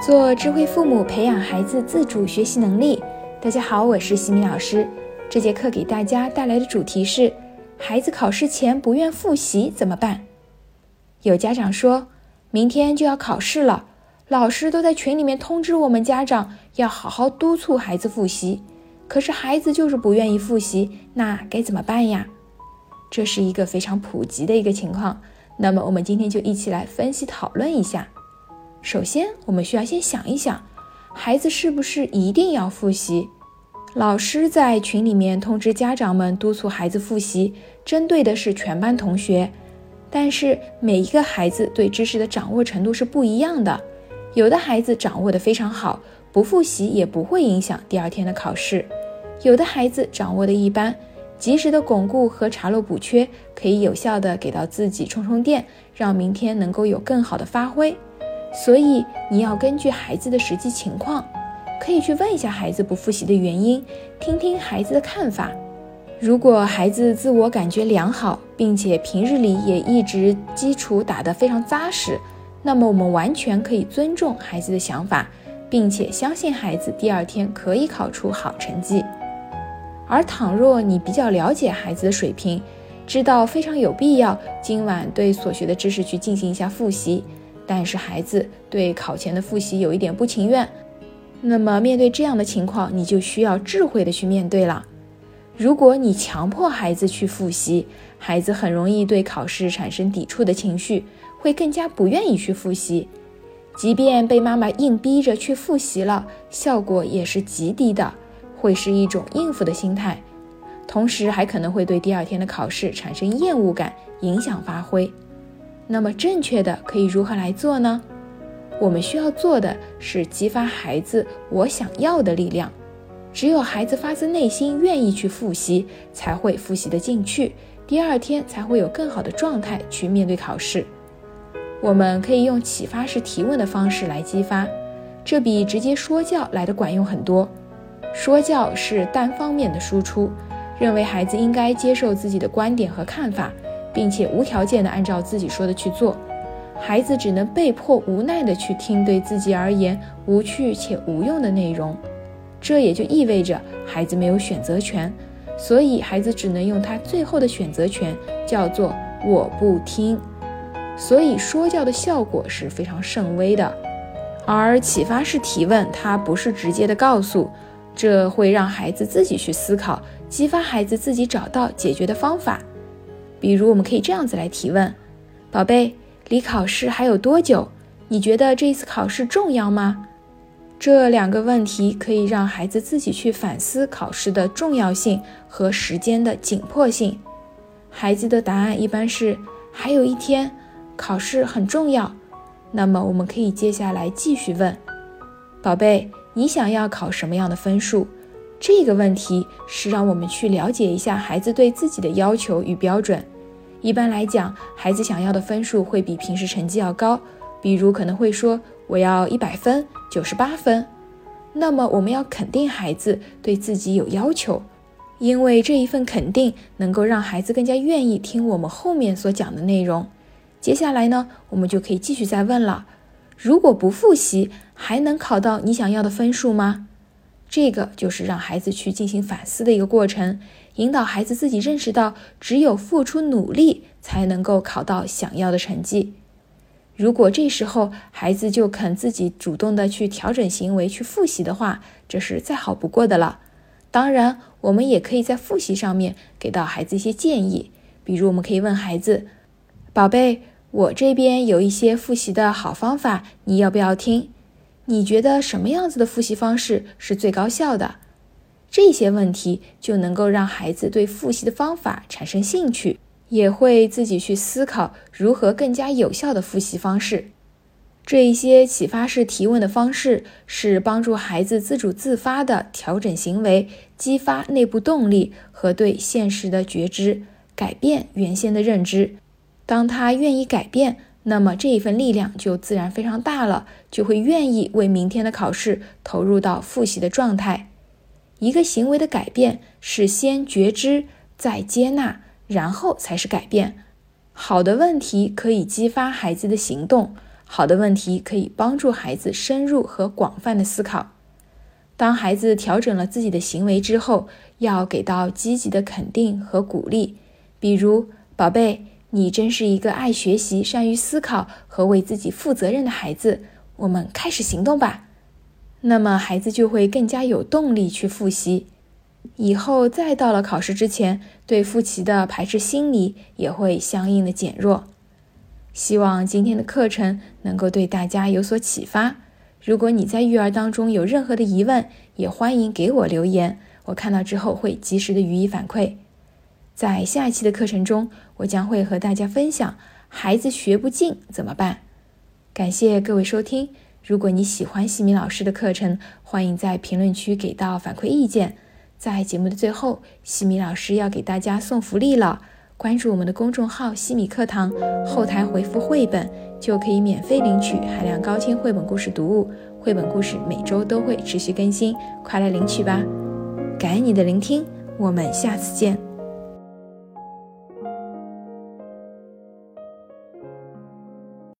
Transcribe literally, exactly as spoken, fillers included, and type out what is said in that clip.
做智慧父母，培养孩子自主学习能力。大家好，我是西米老师。这节课给大家带来的主题是：孩子考试前不愿复习怎么办？有家长说，明天就要考试了，老师都在群里面通知我们家长要好好督促孩子复习，可是孩子就是不愿意复习，那该怎么办呀？这是一个非常普及的一个情况，那么我们今天就一起来分析讨论一下。首先，我们需要先想一想，孩子是不是一定要复习？老师在群里面通知家长们督促孩子复习，针对的是全班同学，但是每一个孩子对知识的掌握程度是不一样的，有的孩子掌握得非常好，不复习也不会影响第二天的考试，有的孩子掌握的一般，及时的巩固和查漏补缺，可以有效的给到自己充充电，让明天能够有更好的发挥。所以你要根据孩子的实际情况，可以去问一下孩子不复习的原因，听听孩子的看法。如果孩子自我感觉良好，并且平日里也一直基础打得非常扎实，那么我们完全可以尊重孩子的想法，并且相信孩子第二天可以考出好成绩。而倘若你比较了解孩子的水平，知道非常有必要今晚对所学的知识去进行一下复习，但是孩子对考前的复习有一点不情愿，那么面对这样的情况，你就需要智慧的去面对了。如果你强迫孩子去复习，孩子很容易对考试产生抵触的情绪，会更加不愿意去复习。即便被妈妈硬逼着去复习了，效果也是极低的，会是一种应付的心态，同时还可能会对第二天的考试产生厌恶感，影响发挥。那么正确的可以如何来做呢？我们需要做的是激发孩子我想要的力量，只有孩子发自内心愿意去复习，才会复习得进去，第二天才会有更好的状态去面对考试。我们可以用启发式提问的方式来激发，这比直接说教来得管用很多。说教是单方面的输出，认为孩子应该接受自己的观点和看法，并且无条件地按照自己说的去做，孩子只能被迫无奈地去听对自己而言无趣且无用的内容，这也就意味着孩子没有选择权，所以孩子只能用他最后的选择权，叫做我不听。所以说教的效果是非常甚微的，而启发式提问它不是直接的告诉，这会让孩子自己去思考，激发孩子自己找到解决的方法。比如我们可以这样子来提问，宝贝，离考试还有多久？你觉得这一次考试重要吗？这两个问题可以让孩子自己去反思考试的重要性和时间的紧迫性。孩子的答案一般是还有一天，考试很重要。那么我们可以接下来继续问，宝贝，你想要考什么样的分数？这个问题是让我们去了解一下孩子对自己的要求与标准。一般来讲，孩子想要的分数会比平时成绩要高，比如可能会说我要一百分、九十八分。那么我们要肯定孩子对自己有要求，因为这一份肯定能够让孩子更加愿意听我们后面所讲的内容。接下来呢，我们就可以继续再问了，如果不复习，还能考到你想要的分数吗？这个就是让孩子去进行反思的一个过程，引导孩子自己认识到，只有付出努力才能够考到想要的成绩。如果这时候孩子就肯自己主动的去调整行为去复习的话，这是再好不过的了。当然，我们也可以在复习上面给到孩子一些建议，比如我们可以问孩子，宝贝，我这边有一些复习的好方法，你要不要听？你觉得什么样子的复习方式是最高效的？这些问题就能够让孩子对复习的方法产生兴趣，也会自己去思考如何更加有效的复习方式。这一些启发式提问的方式是帮助孩子自主自发地调整行为，激发内部动力和对现实的觉知，改变原先的认知。当他愿意改变，那么这一份力量就自然非常大了，就会愿意为明天的考试投入到复习的状态。一个行为的改变是先觉知，再接纳，然后才是改变。好的问题可以激发孩子的行动， 好的问题可以帮助孩子深入和广泛的思考。当孩子调整了自己的行为之后，要给到积极的肯定和鼓励，比如，宝贝，你真是一个爱学习、善于思考和为自己负责任的孩子，我们开始行动吧。那么孩子就会更加有动力去复习，以后再到了考试之前，对复习的排斥心理也会相应的减弱。希望今天的课程能够对大家有所启发。如果你在育儿当中有任何的疑问，也欢迎给我留言，我看到之后会及时的予以反馈。在下一期的课程中，我将会和大家分享孩子学不进怎么办。感谢各位收听，如果你喜欢西米老师的课程，欢迎在评论区给到反馈意见。在节目的最后，西米老师要给大家送福利了，关注我们的公众号西米课堂，后台回复绘本就可以免费领取海量高清绘本故事读物，绘本故事每周都会持续更新，快来领取吧。感恩你的聆听，我们下次见。